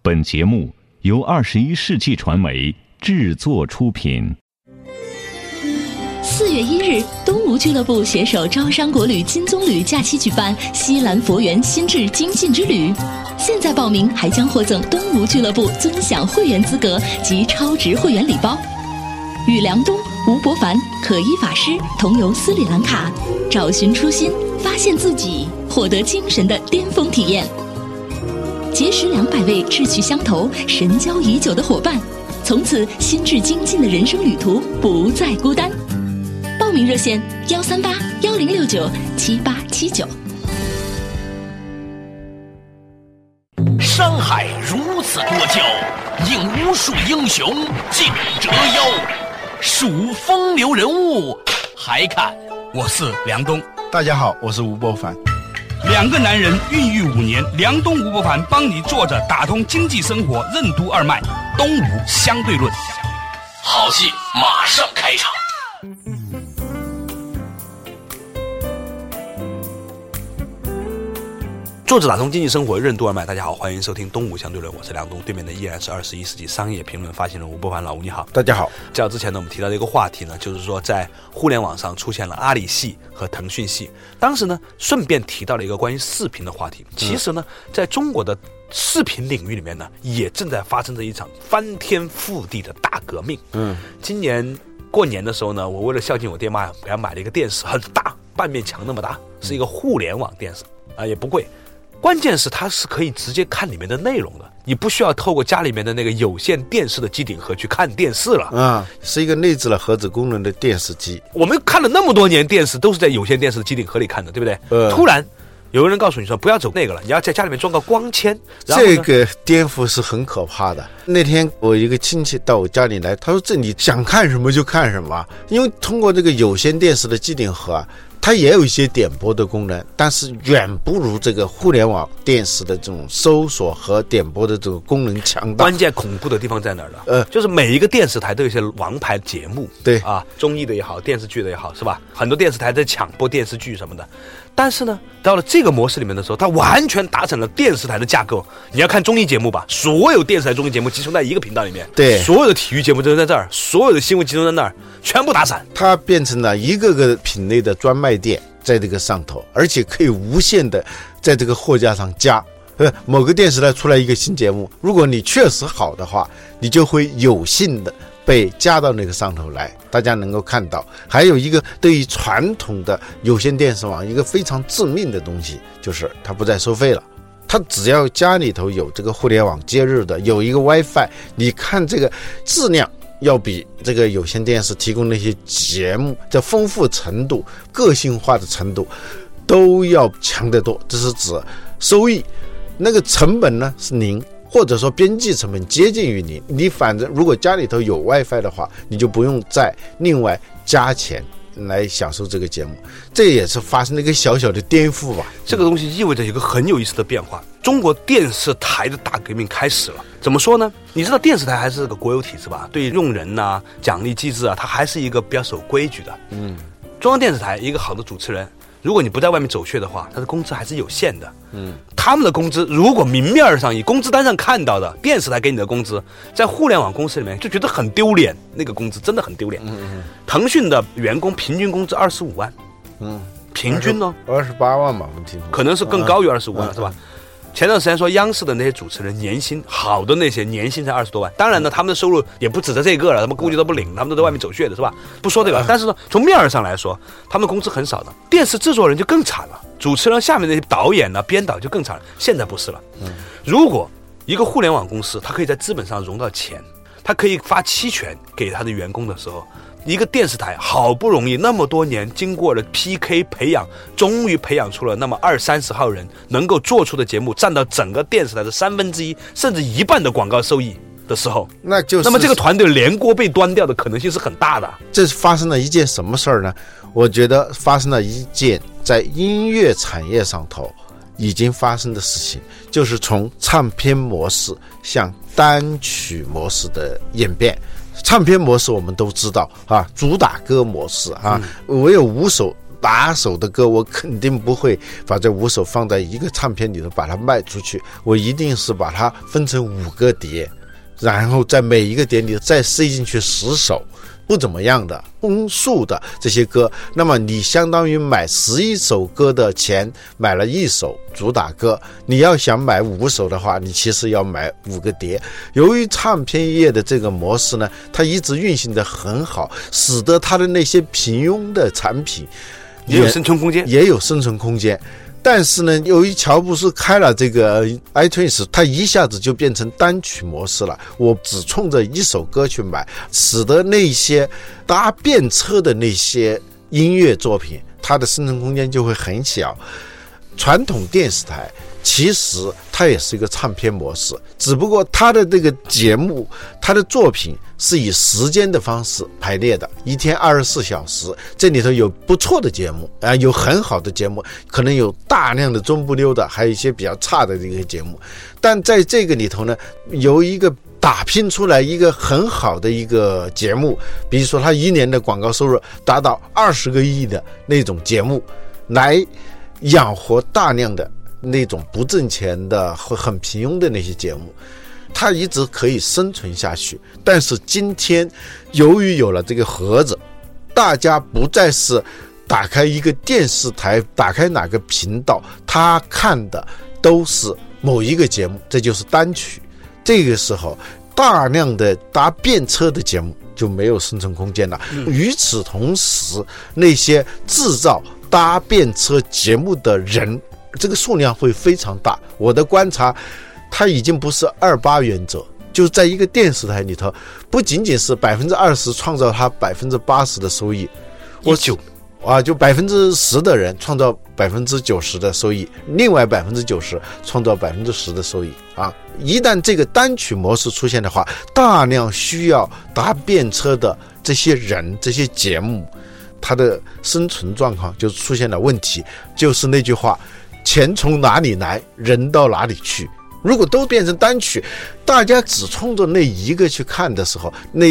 本节目由21世纪传媒制作出品。 4月1日，东吴俱乐部携手招商国旅、金棕榈假期举办西兰佛缘新智精进之旅。现在报名还将获赠东吴俱乐部尊享会员资格及超值会员礼包。与梁冬、吴伯凡、可依法师同游斯里兰卡，找寻初心，发现自己，获得精神的巅峰体验。结识200位志趣相投、神交已久的伙伴，从此心智精进的人生旅途不再孤单。报名热线13810697879。 山海如此多娇，引无数英雄竞折腰。数风流人物，还看我是梁冬。 大家好，我是吴伯凡。 2个男人孕育5年，梁冬、吴伯凡帮你坐着打通经济生活任督二脉，东吴相对论。 好戏马上开场。 作者打通经济生活任督二脉，大家好，欢迎收听东吴相对论，我是梁冬，对面的依然是21世纪商业评论发行人吴伯凡。老吴你好。 大家好。 较之前呢，我们提到的一个话题呢，就是说在互联网上出现了阿里系和腾讯系，当时呢顺便提到了一个关于视频的话题。其实呢，在中国的视频领域里面呢，也正在发生着一场翻天覆地的大革命。今年过年的时候呢，我为了孝敬我爹妈，给他买了一个电视，很大，半面墙那么大，是一个互联网电视也不贵。关键是它是可以直接看里面的内容的，你不需要透过家里面的那个有线电视的机顶盒去看电视了。 是一个内置了盒子功能的电视机。 我们看了那么多年电视，都是在有线电视的机顶盒里看的，对不对？突然有人告诉你说不要走那个了，你要在家里面装个光纤。 这个颠覆是很可怕的。那天我一个亲戚到我家里来，他说这里想看什么就看什么，因为通过这个有线电视的机顶盒它也有一些点播的功能，但是远不如这个互联网电视的这种搜索和点播的这个功能强大。 关键恐怖的地方在哪儿呢？就是每一个电视台都有一些王牌节目， 对综艺的也好，电视剧的也好，是吧？很多电视台在抢播电视剧什么的。但是呢，到了这个模式里面的时候，它完全达成了电视台的架构。你要看综艺节目吧，所有电视台综艺节目集中在一个频道里面， 对， 所有的体育节目都在这儿，所有的新闻集中在那儿，全部打散。 它变成了一个个品类的专卖店，在这个上头，而且可以无限的在这个货架上加。某个电视台出来一个新节目，如果你确实好的话，你就会有幸的被加到那个上头来，大家能够看到。还有一个对于传统的有线电视网一个非常致命的东西，就是它不再收费了。它只要家里头有这个互联网接入的，有一个 WiFi， 你看这个质量要比这个有线电视提供那些节目的丰富程度、个性化的程度都要强得多。这是指收益，那个成本呢是0，或者说边际成本接近于0。你反正如果家里头有 WiFi 的话，你就不用再另外加钱来享受这个节目。这也是发生了一个小小的颠覆吧。 这个东西意味着一个很有意思的变化，中国电视台的大革命开始了。怎么说呢？你知道电视台还是个国有体制吧，对用人奖励机制它还是一个比较守规矩的。中央电视台一个好的主持人，如果你不在外面走穴的话，他的工资还是有限的。他们的工资如果明面上以工资单上看到的电视台给你的工资，在互联网公司里面就觉得很丢脸，那个工资真的很丢脸。腾讯的员工平均工资25万，平均呢 28万吧，我听说可能是更高于25万，是吧？前段时间说央视的那些主持人年薪好的那些年薪才20多万，当然呢他们的收入也不止在这个了，他们估计都不领，他们都在外面走穴的，是吧？不说这个，但是呢从面上来说他们工资很少的。电视制作人就更惨了，主持人下面那些导演编导就更惨了。现在不是了。如果一个互联网公司它可以在资本上融到钱，它可以发期权给他的员工的时候，一个电视台好不容易那么多年经过了 PK 培养，终于培养出了那么20-30号人能够做出的节目占到整个电视台的1/3甚至1半的广告收益的时候，那么这个团队连锅被端掉的可能性是很大的。 这发生了一件什么事儿呢？我觉得发生了一件在音乐产业上头已经发生的事情，就是从唱片模式向单曲模式的演变。唱片模式我们都知道主打歌模式，我有5首拿手的歌，我肯定不会把这5首放在一个唱片里头把它卖出去，我一定是把它分成5个碟，然后在每一个碟里再塞进去10首不怎么样的通俗的这些歌，那么你相当于买11首歌的钱买了1首主打歌，你要想买5首的话，你其实要买5个碟。由于唱片业的这个模式呢，它一直运行得很好，使得它的那些平庸的产品也有生存空间。 但是呢，由于乔布斯开了这个 iTunes， 它一下子就变成单曲模式了，我只冲着1首歌去买，使得那些搭便车的那些音乐作品，它的生存空间就会很小。传统电视台其实它也是一个唱片模式，只不过它的这个节目，它的作品是以时间的方式排列的，一天24小时，这里头有不错的节目啊，有很好的节目，可能有大量的中不溜的，还有一些比较差的这个节目。但在这个里头呢，由一个打拼出来一个很好的一个节目，比如说它1年的广告收入达到20个亿的那种节目，来养活大量的那种不挣钱的很平庸的那些节目，它一直可以生存下去。但是今天由于有了这个盒子，大家不再是打开一个电视台，打开哪个频道，他看的都是某一个节目，这就是单曲。这个时候大量的搭便车的节目就没有生存空间了。与此同时，那些制造搭便车节目的人，这个数量会非常大。我的观察，它已经不是28原则，就是在一个电视台里头，不仅仅是20%创造它80%的收益，就10%的人创造90%的收益，另外90%创造10%的收益啊！一旦这个单曲模式出现的话，大量需要搭便车的这些人、这些节目，它的生存状况就出现了问题。就是那句话，钱从哪里来，人到哪里去。如果都变成单曲，大家只冲着那一个去看的时候，那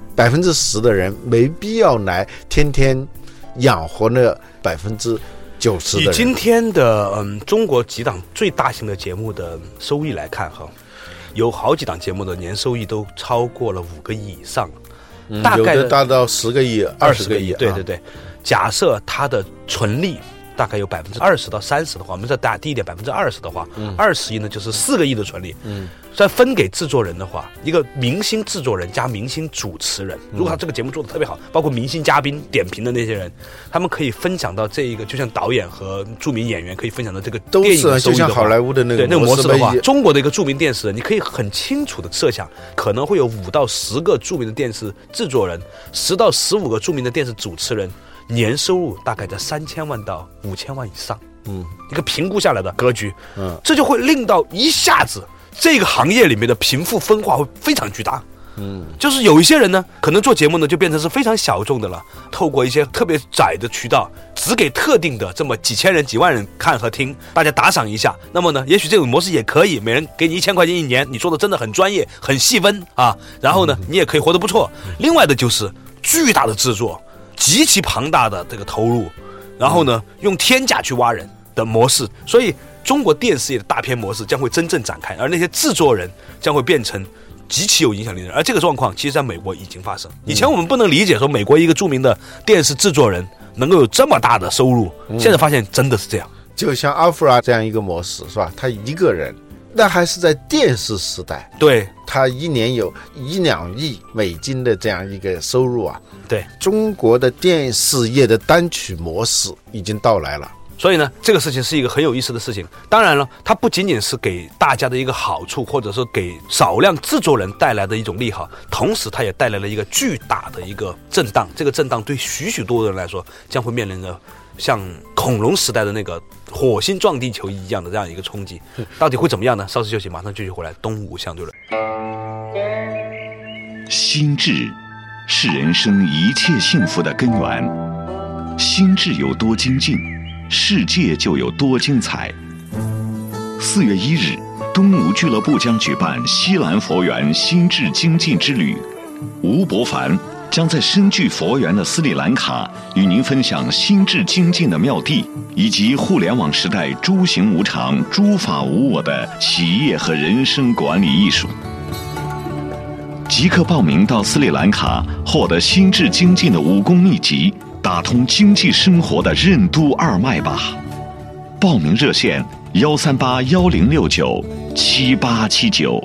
10%的人没必要来天天养活那90%的人。 以今天的中国几档最大型的节目的收益来看哈，有好几档节目的年收益都超过了5个亿以上，大概有的达到10个亿、20个亿。 对对对，假设它的纯利大概有20%到30%的话，我们再打低一点20%的话，20亿呢就是4个亿的纯利。再分给制作人的话，一个明星制作人加明星主持人，如果他这个节目做得特别好，包括明星嘉宾点评的那些人，他们可以分享到这一个，就像导演和著名演员可以分享到这个电影的收益的话， 就像好莱坞的那个模式的话，中国的一个著名电视人，你可以很清楚的设想，可能会有5到10个著名的电视制作人，10到15个著名的电视主持人，年收入大概在3000万到5000万以上。一个评估下来的格局，这就会令到一下子这个行业里面的贫富分化会非常巨大。就是有一些人呢，可能做节目呢就变成是非常小众的了，透过一些特别窄的渠道，只给特定的这么几千人、几万人看和听，大家打赏一下。那么呢，也许这种模式也可以，每人给你1000块钱1年，你说的真的很专业、很细分啊。然后呢，你也可以活得不错。另外的就是巨大的制作，极其庞大的这个投入，然后呢，用天价去挖人的模式。所以中国电视业的大片模式将会真正展开，而那些制作人将会变成极其有影响力的人。而这个状况其实在美国已经发生。以前我们不能理解说美国一个著名的电视制作人能够有这么大的收入，现在发现真的是这样。 就像阿弗拉这样一个模式，是吧？他一个人，那还是在电视时代， 对， 他一年有1-2亿美金的这样一个收入啊。 对， 中国的电视业的单曲模式已经到来了。 所以呢，这个事情是一个很有意思的事情。当然了，它不仅仅是给大家的一个好处，或者说给少量制作人带来的一种利好，同时它也带来了一个巨大的一个震荡。这个震荡对许许多多人来说，将会面临着像恐龙时代的那个火星撞地球一样的这样一个冲击。到底会怎么样呢？稍事休息，马上继续回来。东吴相对论， 心智是人生一切幸福的根源，心智有多精进，世界就有多精彩。4月1日，东吴俱乐部将举办西兰佛缘心智精进之旅。吴伯凡、 将在深具佛缘的斯里兰卡与您分享心智精进的妙地，以及互联网时代诸行无常、诸法无我的企业和人生管理艺术。即刻报名到斯里兰卡，获得心智精进的武功秘籍，打通经济生活的任督二脉吧。报名热线13810697879。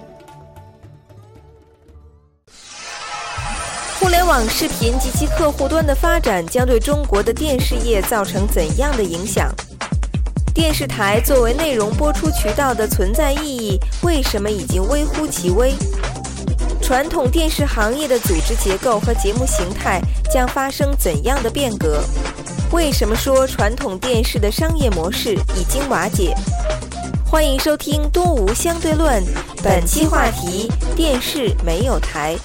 互联网视频及其客户端的发展将对中国的电视业造成怎样的影响？电视台作为内容播出渠道的存在意义为什么已经微乎其微？传统电视行业的组织结构和节目形态将发生怎样的变革？为什么说传统电视的商业模式已经瓦解？欢迎收听《东吴相对论》，本期话题：电视没有台。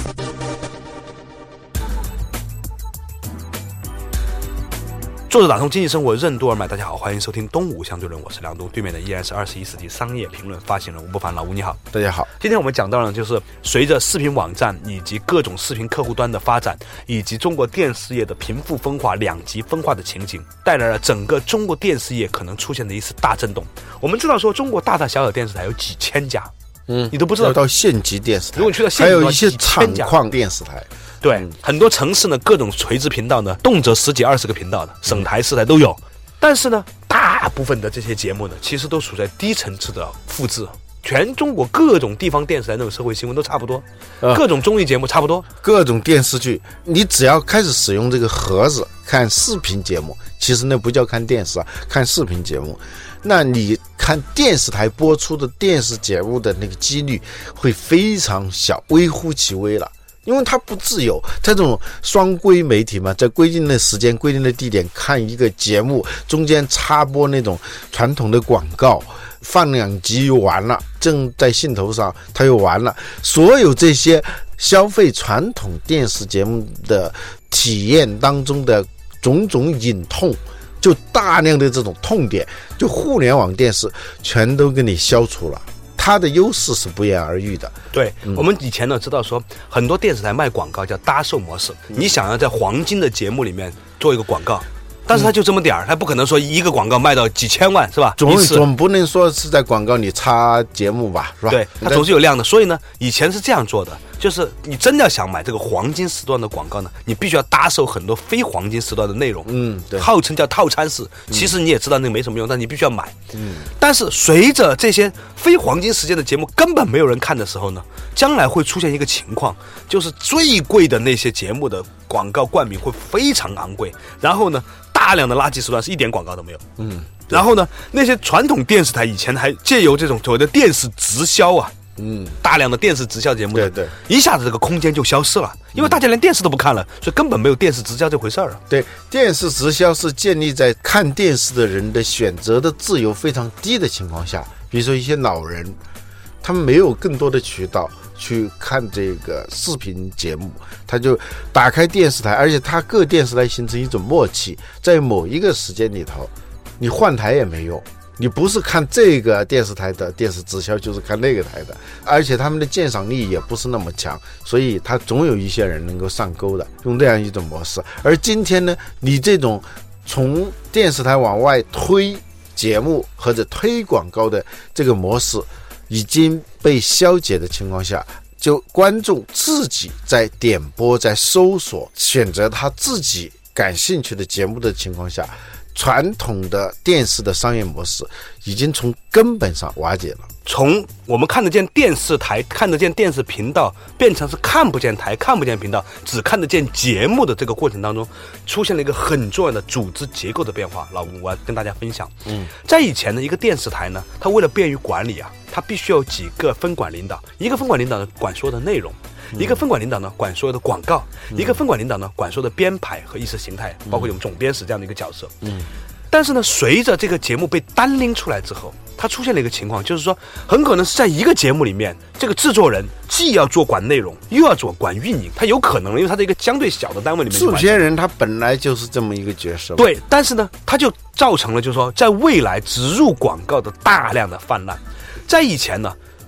作者打通经济生活任督二脉，大家好，欢迎收听东吴相对论，我是梁东，对面的依然是21世纪商业评论发行人吴伯凡，老吴你好。 大家好。 今天我们讲到了，就是随着视频网站以及各种视频客户端的发展，以及中国电视业的贫富分化、两极分化的情景，带来了整个中国电视业可能出现的一次大震动。我们知道说，中国大大小小电视台有几千家，你都不知道。 到县级电视台， 如果去到县级， 还有一些厂矿电视台。 对，很多城市呢，各种垂直频道呢，动辄10几20个频道的，省台市台都有。但是呢，大部分的这些节目呢，其实都处在低层次的复制。全中国各种地方电视台那种社会新闻都差不多，各种综艺节目差不多， 各种电视剧，你只要开始使用这个盒子看视频节目，其实那不叫看电视啊，看视频节目。那你看电视台播出的电视节目的那个几率会非常小，微乎其微了。因为它不自由，它这种双规媒体嘛，在规定的时间、规定的地点看一个节目，中间插播那种传统的广告，放2集又完了，正在兴头上它又完了。所有这些消费传统电视节目的体验当中的种种隐痛，就大量的这种痛点，就互联网电视全都给你消除了。它的优势是不言而喻的。 对，我们以前呢知道说，很多电视台卖广告叫搭售模式，你想要在黄金的节目里面做一个广告，但是它就这么点儿，它不可能说一个广告卖到几千万，是吧？ 总不能说是在广告里插节目吧，是吧？ 对，它总是有量的。所以呢，以前是这样做的，就是你真的要想买这个黄金时段的广告呢，你必须要搭售很多非黄金时段的内容， 对， 号称叫套餐式，其实你也知道那个没什么用，但你必须要买，但是随着这些非黄金时间的节目根本没有人看的时候呢，将来会出现一个情况，就是最贵的那些节目的广告冠名会非常昂贵，然后呢，大量的垃圾时段是一点广告都没有，然后呢，那些传统电视台以前还借由这种所谓的电视直销啊，大量的电视直销节目， 对， 一下子这个空间就消失了，因为大家连电视都不看了，所以根本没有电视直销这回事儿了。 对，电视直销是建立在看电视的人的选择的自由非常低的情况下，比如说一些老人，他们没有更多的渠道去看这个视频节目，他就打开电视台，而且他各电视台形成一种默契，在某一个时间里头，你换台也没用，你不是看这个电视台的电视直销，就是看那个台的，而且他们的鉴赏力也不是那么强，所以他总有一些人能够上钩的，用这样一种模式。而今天呢，你这种从电视台往外推节目或者推广告的这个模式已经被消解的情况下，就观众自己在点播、在搜索、选择他自己感兴趣的节目的情况下，传统的电视的商业模式已经从根本上瓦解了。 从我们看得见电视台、看得见电视频道，变成是看不见台、看不见频道，只看得见节目的这个过程当中，出现了一个很重要的组织结构的变化。老吴，我要跟大家分享。在以前的一个电视台呢，它为了便于管理啊，它必须有几个分管领导，一个分管领导呢管所有的内容，一个分管领导呢管所有的广告，一个分管领导呢管所有的编排和意识形态，包括有总编室这样的一个角色。但是呢，随着这个节目被单拎出来之后，它出现了一个情况，就是说很可能是在一个节目里面，这个制作人既要做管内容，又要做管运营，他有可能，因为他在一个相对小的单位里面， 制片人他本来就是这么一个角色。 对，但是呢，他就造成了就是说，在未来植入广告的大量的泛滥。在以前呢，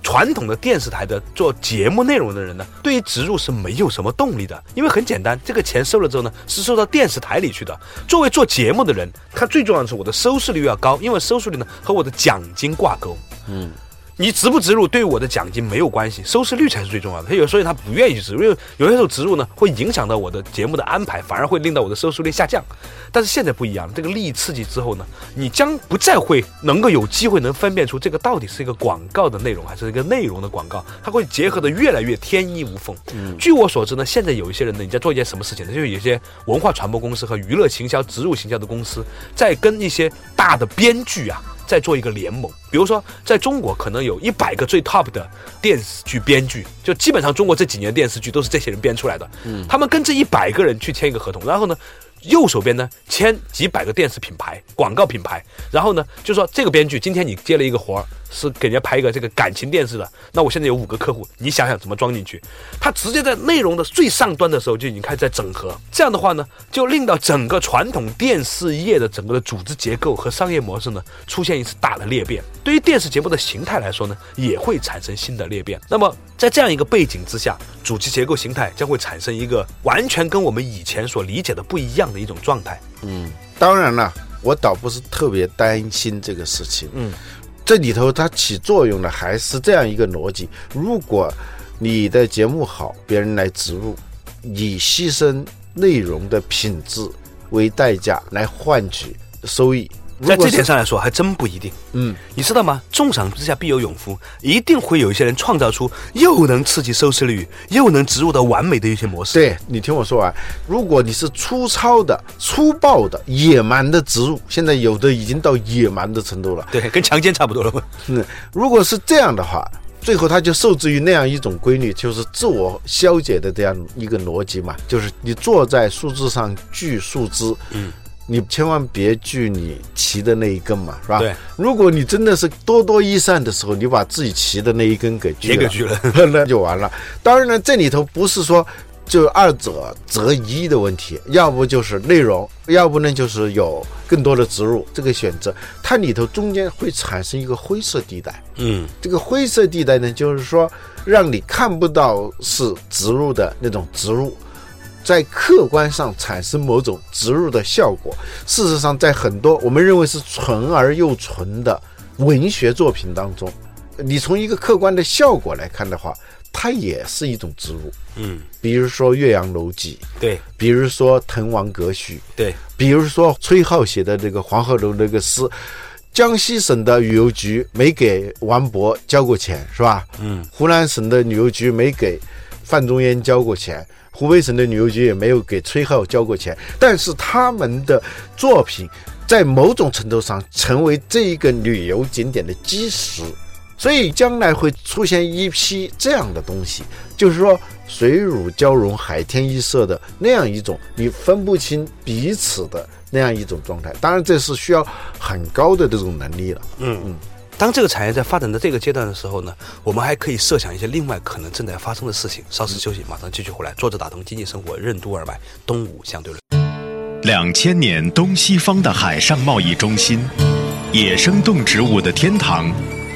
传统的电视台的做节目内容的人呢，对于植入是没有什么动力的，因为很简单，这个钱收了之后呢，是收到电视台里去的。作为做节目的人，他最重要的是我的收视率要高，因为收视率呢和我的奖金挂钩。你植不植入对我的奖金没有关系，收视率才是最重要的。所以他不愿意去植入，因为有些时候植入呢会影响到我的节目的安排，反而会令到我的收视率下降。但是现在不一样，这个利益刺激之后呢，你将不再会能够有机会能分辨出这个到底是一个广告的内容还是一个内容的广告，它会结合的越来越天衣无缝。据我所知呢，现在有一些人呢，你在做一件什么事情呢？就是有些文化传播公司和娱乐行销、植入行销的公司在跟一些大的编剧啊在做一个联盟。比如说在中国可能有100个最 top 的电视剧编剧，就基本上中国这几年电视剧都是这些人编出来的。他们跟这100个人去签一个合同，然后呢右手边呢签几百个电视品牌、广告品牌，然后呢就说这个编剧今天你接了一个活，是给人家拍一个这个感情电视的，那我现在有5个客户，你想想怎么装进去。他直接在内容的最上端的时候就已经开始在整合，这样的话呢，就令到整个传统电视业的整个的组织结构和商业模式呢出现一次大的裂变。对于电视节目的形态来说呢，也会产生新的裂变。那么在这样一个背景之下，组织结构形态将会产生一个完全跟我们以前所理解的不一样的一种状态。 当然了，我倒不是特别担心这个事情。这里头它起作用的还是这样一个逻辑：如果你的节目好，别人来植入，以牺牲内容的品质为代价来换取收益。 在这点上来说还真不一定。你知道吗？重赏之下必有勇夫，一定会有一些人创造出又能刺激收视率又能植入到完美的一些模式。 对，你听我说完，如果你是粗糙的、粗暴的、野蛮的植入，现在有的已经到野蛮的程度了。 对，跟强奸差不多了。 如果是这样的话，最后它就受制于那样一种规律，就是自我消解的这样一个逻辑嘛，就是你坐在树枝上锯树枝，你千万别锯你骑的那一根嘛，是吧？ 对。 如果你真的是多多益善的时候，你把自己骑的那一根给锯了，那就完了。当然了，这里头不是说就二者择一的问题，要不就是内容，要不呢就是有更多的植入，这个选择它里头中间会产生一个灰色地带。这个灰色地带呢，就是说让你看不到是植入的那种植入，在客观上产生某种植入的效果。事实上在很多我们认为是纯而又纯的文学作品当中，你从一个客观的效果来看的话，它也是一种植入。比如说岳阳楼记， 对， 比如说滕王阁序， 对， 比如说崔颢写的这个黄鹤楼那个诗，江西省的旅游局没给王勃交过钱，是吧？湖南省的旅游局没给范仲淹交过钱，湖北省的旅游局也没有给崔颢交过钱，但是他们的作品在某种程度上成为这一个旅游景点的基石。所以将来会出现一批这样的东西，就是说水乳交融、海天一色的那样一种你分不清彼此的那样一种状态。当然这是需要很高的这种能力了。 当这个产业在发展到这个阶段的时候呢，我们还可以设想一些另外可能正在发生的事情。稍事休息，马上继续回来。作者打通经济生活任督二脉，东吴相对论。 2000年东西方的海上贸易中心，野生动植物的天堂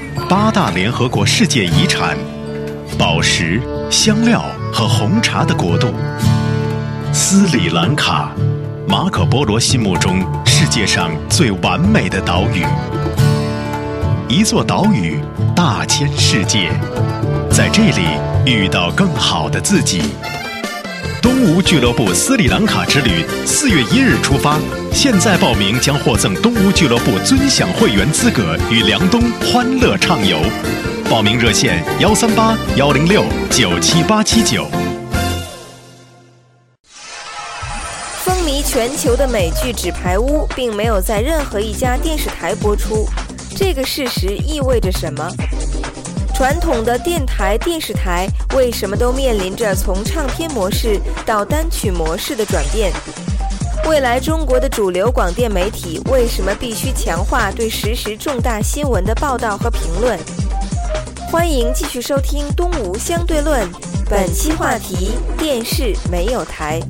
，8大联合国世界遗产，宝石、香料和红茶的国度——斯里兰卡，马可波罗心目中世界上最完美的岛屿。一座岛屿大千世界，在这里遇到更好的自己。东吴俱乐部斯里兰卡之旅4月1日出发，现在报名将获赠东吴俱乐部尊享会员资格，与梁冬欢乐畅游。报名热线138-106-97879。 风靡全球的美剧《纸牌屋》并没有在任何一家电视台播出，这个事实意味着什么？传统的电台、电视台为什么都面临着从唱片模式到单曲模式的转变？未来中国的主流广电媒体为什么必须强化对实时重大新闻的报道和评论？欢迎继续收听《东吴相对论》，本期话题：电视没有台。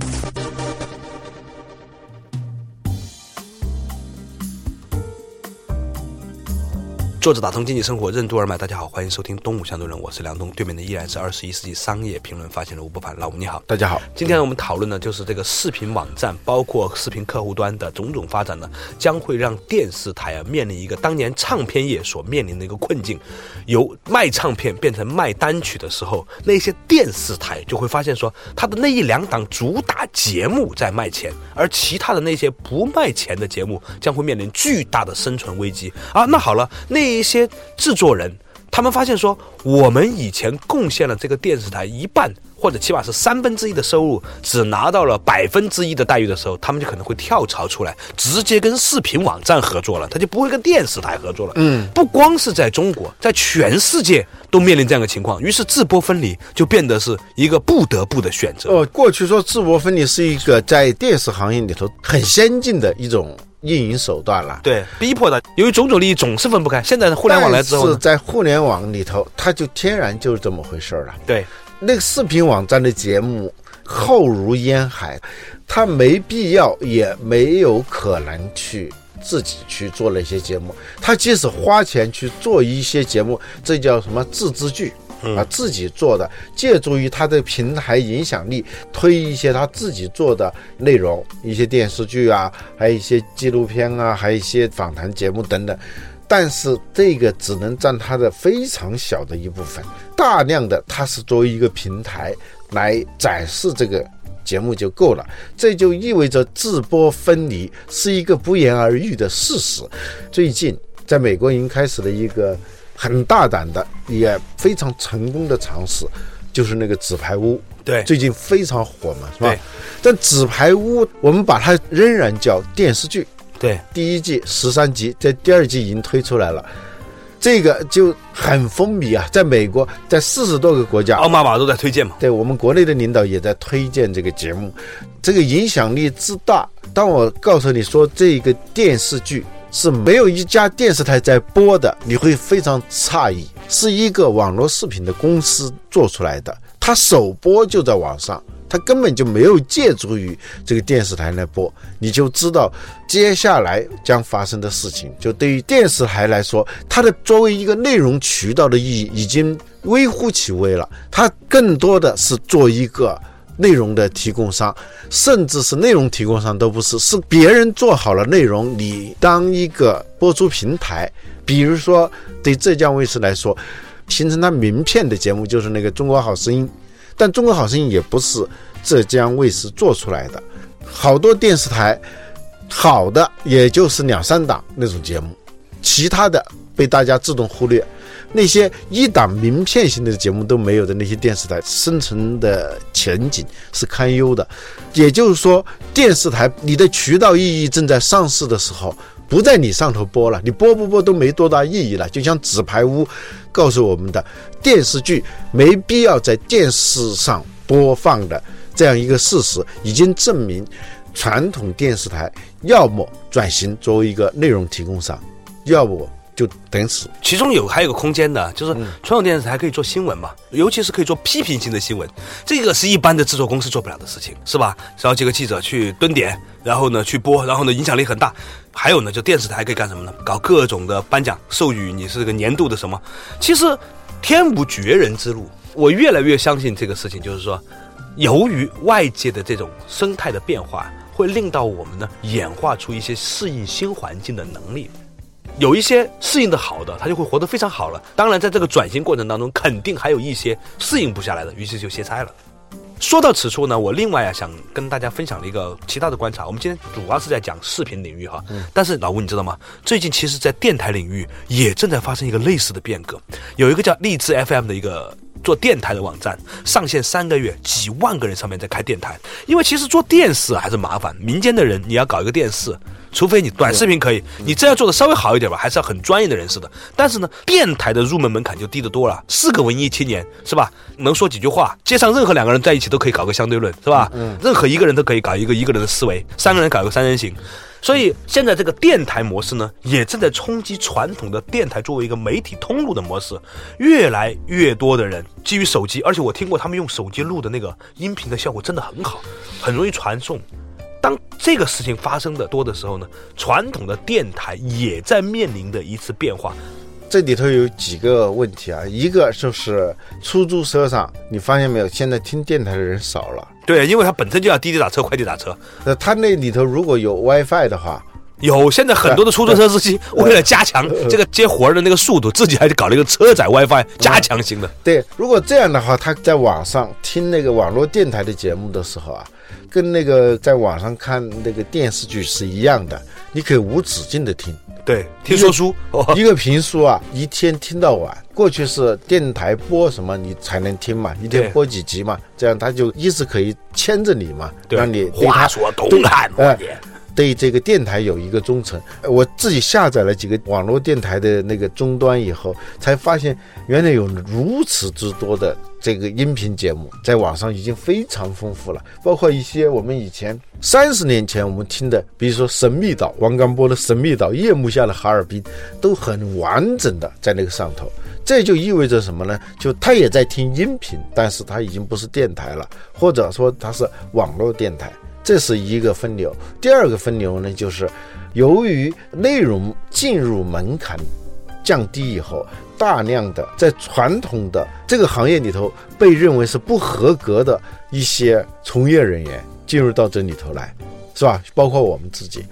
作者打通经济生活任督二脉，大家好，欢迎收听东吴相对论，我是梁东，对面的依然是21世纪商业评论发现人吴伯凡，老吴你好。 大家好。 今天我们讨论的就是这个视频网站，包括视频客户端的种种发展呢，将会让电视台面临一个当年唱片业所面临的一个困境，由卖唱片变成卖单曲的时候，那些电视台就会发现说，它的那一两档主打节目在卖钱，而其他的那些不卖钱的节目将会面临巨大的生存危机啊。那好了，那一些制作人他们发现说，我们以前贡献了这个电视台一半或者起码是1/3的收入，只拿到了1%的待遇的时候，他们就可能会跳槽出来，直接跟视频网站合作了，他就不会跟电视台合作了。不光是在中国，在全世界都面临这样的情况，于是制播分离就变得是一个不得不的选择。 过去说制播分离是一个在电视行业里头很先进的一种运营手段了， 对，逼迫的，由于种种利益总是分不开。现在互联网来之后呢， 是在互联网里头，它就天然就是这么回事了。 对， 那个视频网站的节目厚如烟海，它没必要也没有可能去自己去做那些节目，他即使花钱去做一些节目，这叫什么自制剧自己做的，借助于他的平台影响力，推一些他自己做的内容，一些电视剧啊，还有一些纪录片啊，还有一些访谈节目等等。但是这个只能占它的非常小的一部分，大量的它是作为一个平台来展示这个节目就够了。这就意味着制播分离是一个不言而喻的事实。最近在美国已经开始了一个很大胆的也非常成功的尝试，就是那个纸牌屋。 对， 最近非常火嘛，是吧？ 对。 但纸牌屋我们把它仍然叫电视剧。 对， 第一季13集，在第二季已经推出来了，这个就很风靡啊，在美国，在40多个国家， 奥巴马都在推荐嘛。 对，我们国内的领导也在推荐这个节目，这个影响力之大。当我告诉你说这个电视剧是没有一家电视台在播的，你会非常诧异，是一个网络视频的公司做出来的，它首播就在网上，它根本就没有借助于这个电视台来播，你就知道接下来将发生的事情。就对于电视台来说，它的作为一个内容渠道的意义已经微乎其微了，它更多的是做一个内容的提供商，甚至是内容提供商都不是，是别人做好了内容，你当一个播出平台。比如说对浙江卫视来说，形成它名片的节目就是那个中国好声音，但中国好声音也不是浙江卫视做出来的，好多电视台好的也就是2-3档那种节目，其他的被大家自动忽略。那些一档名片型的节目都没有的那些电视台，生存的前景是堪忧的。也就是说，电视台你的渠道意义正在丧失的时候，不在你上头播了，你播不播都没多大意义了。就像纸牌屋告诉我们的，电视剧没必要在电视上播放的这样一个事实，已经证明传统电视台要么转型作为一个内容提供商，要么就等死。 其中还有个空间的，就是传统电视台可以做新闻嘛，尤其是可以做批评性的新闻，这个是一般的制作公司做不了的事情，是吧？然后几个记者去蹲点，然后呢去播，然后呢影响力很大。还有呢，就电视台可以干什么呢？搞各种的颁奖，授予你是个年度的什么。其实天无绝人之路，我越来越相信这个事情，就是说，由于外界的这种生态的变化，会令到我们呢演化出一些适应新环境的能力。有一些适应的好的，他就会活得非常好了。当然在这个转型过程当中，肯定还有一些适应不下来的，于是就歇菜了。说到此处呢，我另外想跟大家分享了一个其他的观察。我们今天主要是在讲视频领域哈，但是老吴你知道吗？最近其实在电台领域也正在发生一个类似的变革。有一个叫荔枝 FM 的一个做电台的网站，上线3个月，几万个人上面在开电台。因为其实做电视还是麻烦，民间的人你要搞一个电视，除非你短视频可以，你这样做的稍微好一点吧，还是要很专业的人士的。但是呢，电台的入门门槛就低得多了，4个文艺青年是吧？能说几句话，街上任何2个人在一起都可以搞个相对论，是吧？任何一个人都可以搞一个人的思维，3个人搞一个3人行。所以现在这个电台模式呢，也正在冲击传统的电台作为一个媒体通路的模式。越来越多的人基于手机，而且我听过他们用手机录的那个音频的效果真的很好，很容易传送。当这个事情发生的多的时候呢，传统的电台也在面临的一次变化。 这里头有几个问题啊，一个就是出租车上，你发现没有，现在听电台的人少了。 对，因为它本身就要滴滴打车、快递打车。 它那里头如果有 WiFi 的话， 现在很多的出租车司机为了加强这个接活的那个速度，自己还搞了一个车载 WiFi 加强型的。 对，如果这样的话，他在网上听那个网络电台的节目的时候啊，跟那个在网上看那个电视剧是一样的，你可以无止境的听。 对，听说书， 一个评书啊，一天听到晚。过去是电台播什么你才能听嘛，一天播几集嘛，这样他就一直可以牵着你嘛，让你话说东汉对这个电台有一个忠诚。我自己下载了几个网络电台的那个终端以后，才发现原来有如此之多的这个音频节目，在网上已经非常丰富了，包括一些我们以前30年前我们听的，比如说神秘岛，王刚波的神秘岛，夜幕下的哈尔滨，都很完整的在那个上头。这就意味着什么呢？就他也在听音频，但是他已经不是电台了，或者说他是网络电台。这是一个分流。第二个分流呢，就是由于内容进入门槛降低以后，大量的在传统的这个行业里头被认为是不合格的一些从业人员进入到这里头来，是吧？包括我们自己。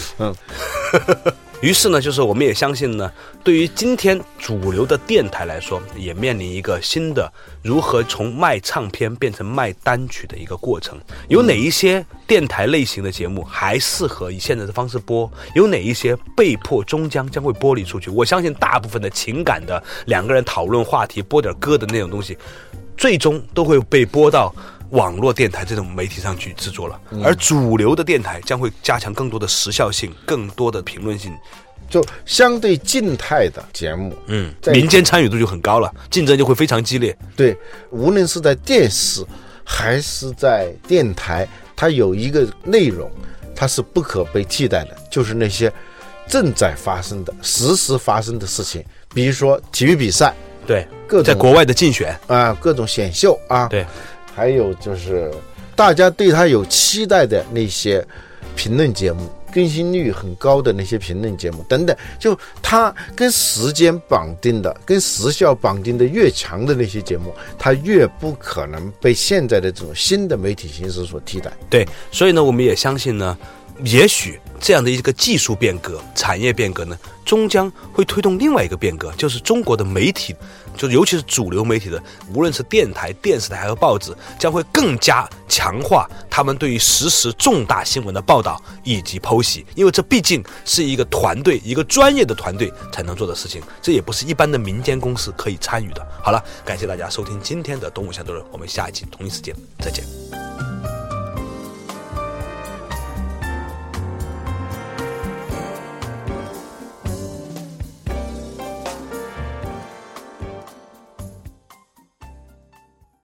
于是呢，就是我们也相信呢，对于今天主流的电台来说，也面临一个新的如何从卖唱片变成卖单曲的一个过程。有哪一些电台类型的节目还适合以现在的方式播？有哪一些被迫终将会剥离出去？我相信大部分的情感的两个人讨论话题、播点歌的那种东西，最终都会被播到网络电台这种媒体上去制作了，而主流的电台将会加强更多的时效性、更多的评论性， 就相对静态的节目， 民间参与度就很高了，竞争就会非常激烈。 对，无论是在电视还是在电台，它有一个内容，它是不可被替代的，就是那些正在发生的、实时发生的事情，比如说体育比赛， 对， 各种在国外的竞选啊，各种选秀啊， 对。 还有就是大家对他有期待的那些评论节目，更新率很高的那些评论节目等等，就它跟时间绑定的、跟时效绑定的越强的那些节目，它越不可能被现在的这种新的媒体形式所替代。 对，所以呢，我们也相信呢，也许这样的一个技术变革、产业变革呢，终将会推动另外一个变革，就是中国的媒体，就是尤其是主流媒体的，无论是电台、电视台和报纸，将会更加强化他们对于实时重大新闻的报道以及剖析，因为这毕竟是一个团队、一个专业的团队才能做的事情，这也不是一般的民间公司可以参与的。好了，感谢大家收听今天的动物相对论，我们下一期同一时间再见。